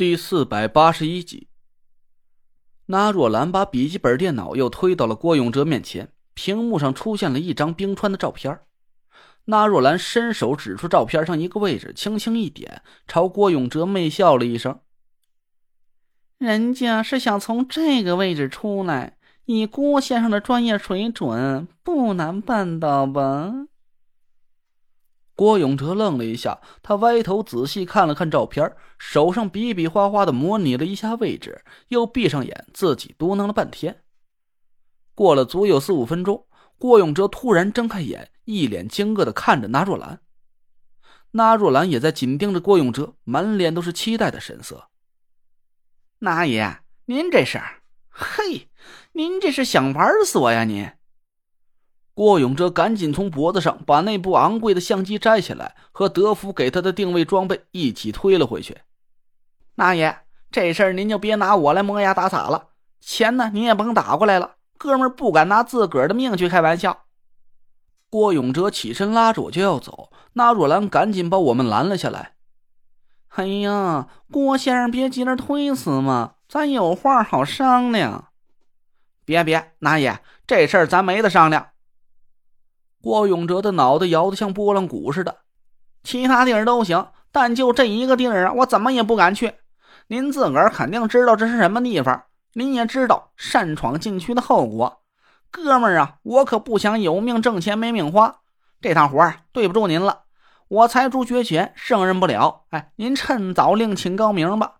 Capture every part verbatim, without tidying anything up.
第四百八十一集。那若兰把笔记本电脑又推到了郭永哲面前，屏幕上出现了一张冰川的照片。那若兰伸手指出照片上一个位置，轻轻一点，朝郭永哲媚笑了一声。 人家是想从这个位置出来，以郭先生的专业水准，不难办到吧？ 郭永哲愣了一下，他歪头仔细看了看照片，手上比比划划地模拟了一下位置，又闭上眼，自己嘟囔了半天。过了足有四五分钟，郭永哲突然睁开眼，一脸惊愕地看着那若兰。那若兰也在紧盯着郭永哲，满脸都是期待的神色。 那爷，您这是，嘿，您这是想玩死我呀您！ 郭永哲赶紧从脖子上把那部昂贵的相机摘下来，和德福给他的定位装备一起推了回去。 那爷，这事儿您就别拿我来磨牙打撒了，钱呢您也甭打过来了，哥们儿不敢拿自个儿的命去开玩笑。 郭永哲起身拉着我就要走，那若兰赶紧把我们拦了下来。 哎呀，郭先生别急着推辞嘛，咱有话好商量。别别，那爷，这事儿咱没得商量。 郭永哲的脑袋摇得像拨浪鼓似的。 其他地儿都行，但就这一个地儿啊，我怎么也不敢去。您自个儿肯定知道这是什么地方，您也知道擅闯禁区的后果。哥们儿啊，我可不想有命挣钱没命花，这趟活啊，对不住您了。我才疏学浅，胜任不了。哎，您趁早另请高明吧。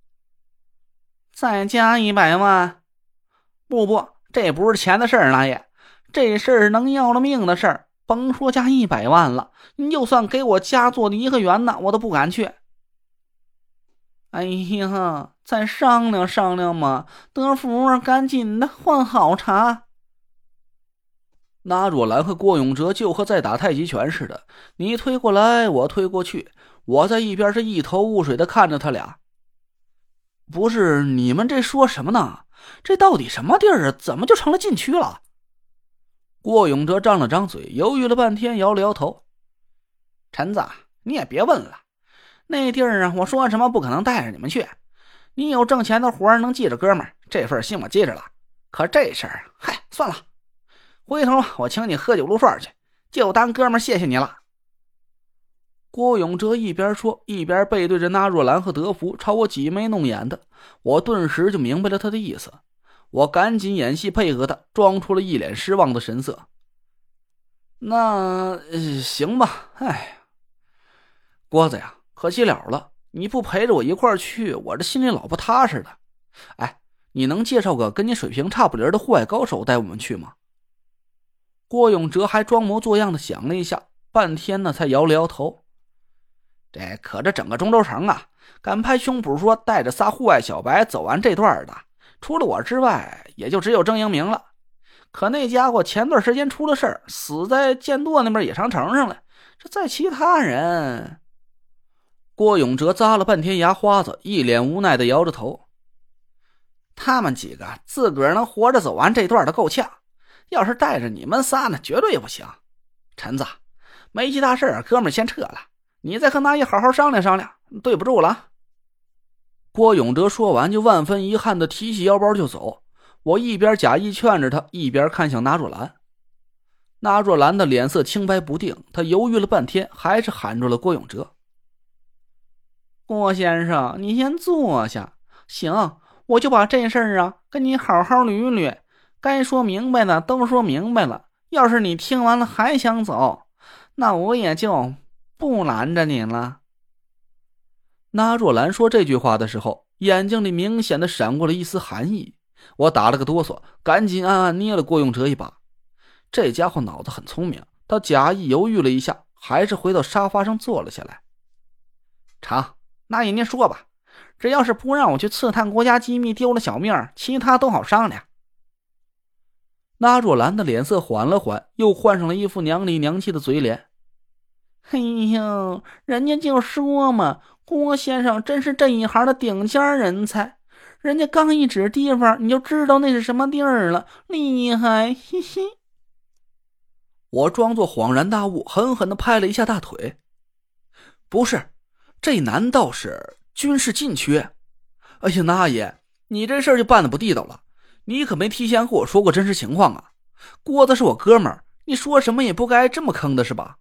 再加一百万？不不，这不是钱的事儿，大爷，这事儿能要了命的事儿，甭说加一百万了，您就算给我加做的一个元呢，我都不敢去。哎呀，再商量商量嘛，德福，赶紧的换好茶。 那若兰和郭永哲就和在打太极拳似的，你推过来我推过去，我在一边是一头雾水的看着他俩。不是，你们这说什么呢？这到底什么地儿啊？怎么就成了禁区了？郭永哲张了张嘴，犹豫了半天，摇了摇头。 陈子，你也别问了，那地儿啊，我说什么不可能带着你们去。你有挣钱的活儿能记着哥们儿，这份心我记着了。可这事儿，嗨，算了。回头我请你喝酒撸串去，就当哥们儿谢谢你了。 郭永哲一边说，一边背对着那若兰和德福朝我挤眉弄眼的，我顿时就明白了他的意思。我赶紧演戏配合他，装出了一脸失望的神色。那、呃、行吧，哎，郭子呀，可惜了了，你不陪着我一块儿去，我这心里老不踏实的。哎，你能介绍个跟你水平差不离的户外高手带我们去吗？郭永哲还装模作样的想了一下，半天呢才摇了摇头。 这可这整个中州城啊，敢拍胸脯说带着仨户外小白走完这段的，除了我之外，也就只有郑英明了。可那家伙前段时间出了事儿，死在剑舵那边野长城上了。这在其他人…… 郭永哲咂了半天牙花子，一脸无奈的摇着头。 他们几个自个儿能活着走完这段的够呛，要是带着你们仨呢，绝对不行。陈子，没其他事儿，哥们儿先撤了，你再和那爷好好商量商量，对不住了。 郭永哲说完就万分遗憾的提起腰包就走，我一边假意劝着他，一边看向那若兰。那若兰的脸色青白不定，他犹豫了半天，还是喊住了郭永哲。 郭先生，你先坐下。行，我就把这事儿啊跟你好好捋捋，该说明白的都说明白了。要是你听完了还想走，那我也就不拦着你了。 那若兰说这句话的时候，眼睛里明显的闪过了一丝寒意。我打了个哆嗦，赶紧暗暗捏了郭永哲一把。这家伙脑子很聪明，他假意犹豫了一下，还是回到沙发上坐了下来。 成，那也您说吧，只要是不让我去刺探国家机密丢了小命，其他都好商量。 那若兰的脸色缓了缓，又换上了一副娘里娘气的嘴脸。 哎呦，人家就说嘛，郭先生真是这一行的顶尖人才，人家刚一指地方，你就知道那是什么地儿了，厉害，嘿嘿。 我装作恍然大悟，狠狠地拍了一下大腿。不是，这难道是军事禁区？ 哎呀，那爷，你这事儿就办得不地道了，你可没提前和我说过真实情况啊。郭子是我哥们儿，你说什么也不该这么坑的是吧？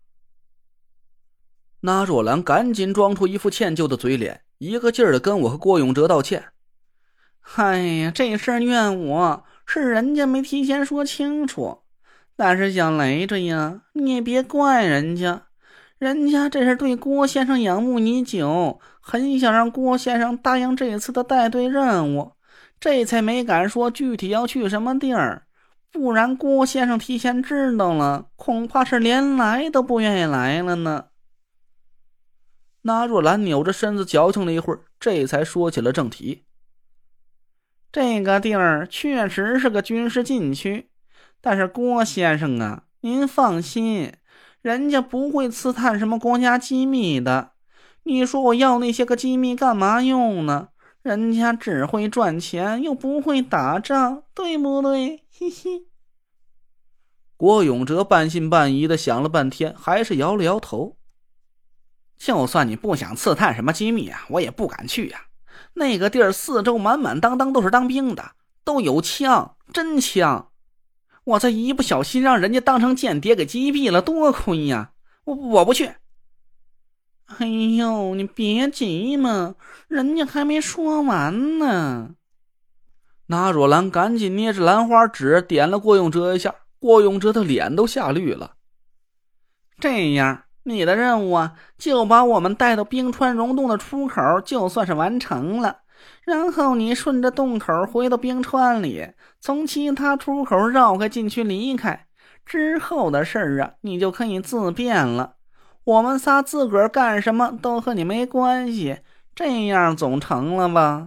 那若兰赶紧装出一副歉疚的嘴脸，一个劲儿的跟我和郭永哲道歉。 哎呀，这事儿怨我，是人家没提前说清楚。但是小雷着呀，你也别怪人家，人家这是对郭先生仰慕已久，很想让郭先生答应这次的带队任务，这才没敢说具体要去什么地儿。不然郭先生提前知道了，恐怕是连来都不愿意来了呢。 那若兰扭着身子矫情了一会儿，这才说起了正题。 这个地儿确实是个军事禁区，但是郭先生啊，您放心，人家不会刺探什么国家机密的。你说我要那些个机密干嘛用呢？人家只会赚钱，又不会打仗，对不对？嘿嘿。 郭永哲半信半疑的想了半天，还是摇了摇头。 就算你不想刺探什么机密啊，我也不敢去呀、啊。那个地儿四周满满当当都是当兵的，都有枪，真枪。我这一不小心让人家当成间谍给击毙了，多亏呀！我我不去。哎呦，你别急嘛，人家还没说完呢。 那若兰赶紧捏着兰花指点了郭永哲一下，郭永哲的脸都吓绿了。 这样，你的任务啊，就把我们带到冰川溶洞的出口，就算是完成了。然后你顺着洞口回到冰川里，从其他出口绕开禁区离开。之后的事儿啊，你就可以自便了。我们仨自个儿干什么都和你没关系，这样总成了吧？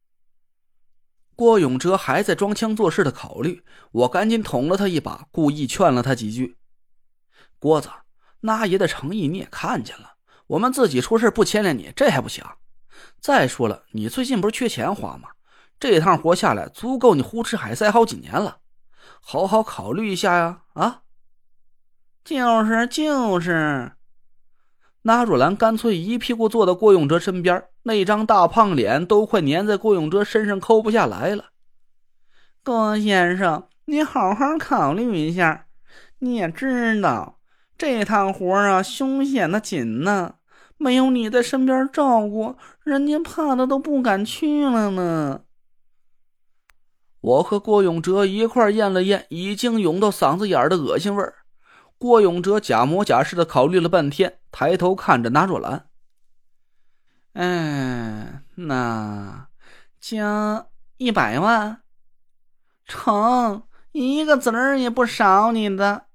郭永哲还在装腔作势的考虑，我赶紧捅了他一把，故意劝了他几句。郭子，那爷的诚意你也看见了，我们自己出事不牵连你，这还不行？再说了，你最近不是缺钱花吗？这趟活下来足够你胡吃海塞好几年了，好好考虑一下呀！啊， 就是就是。 那若兰干脆一屁股坐到郭永哲身边，那张大胖脸都快粘在郭永哲身上抠不下来了。 郭先生，你好好考虑一下，你也知道这趟活啊凶险的紧呢，没有你在身边照顾，人家怕的都不敢去了呢。 我和郭永哲一块咽了咽已经涌到嗓子眼的恶心味儿。郭永哲假模假式的考虑了半天，抬头看着那若兰。 嗯，那加一百万，成，一个子儿也不少你的。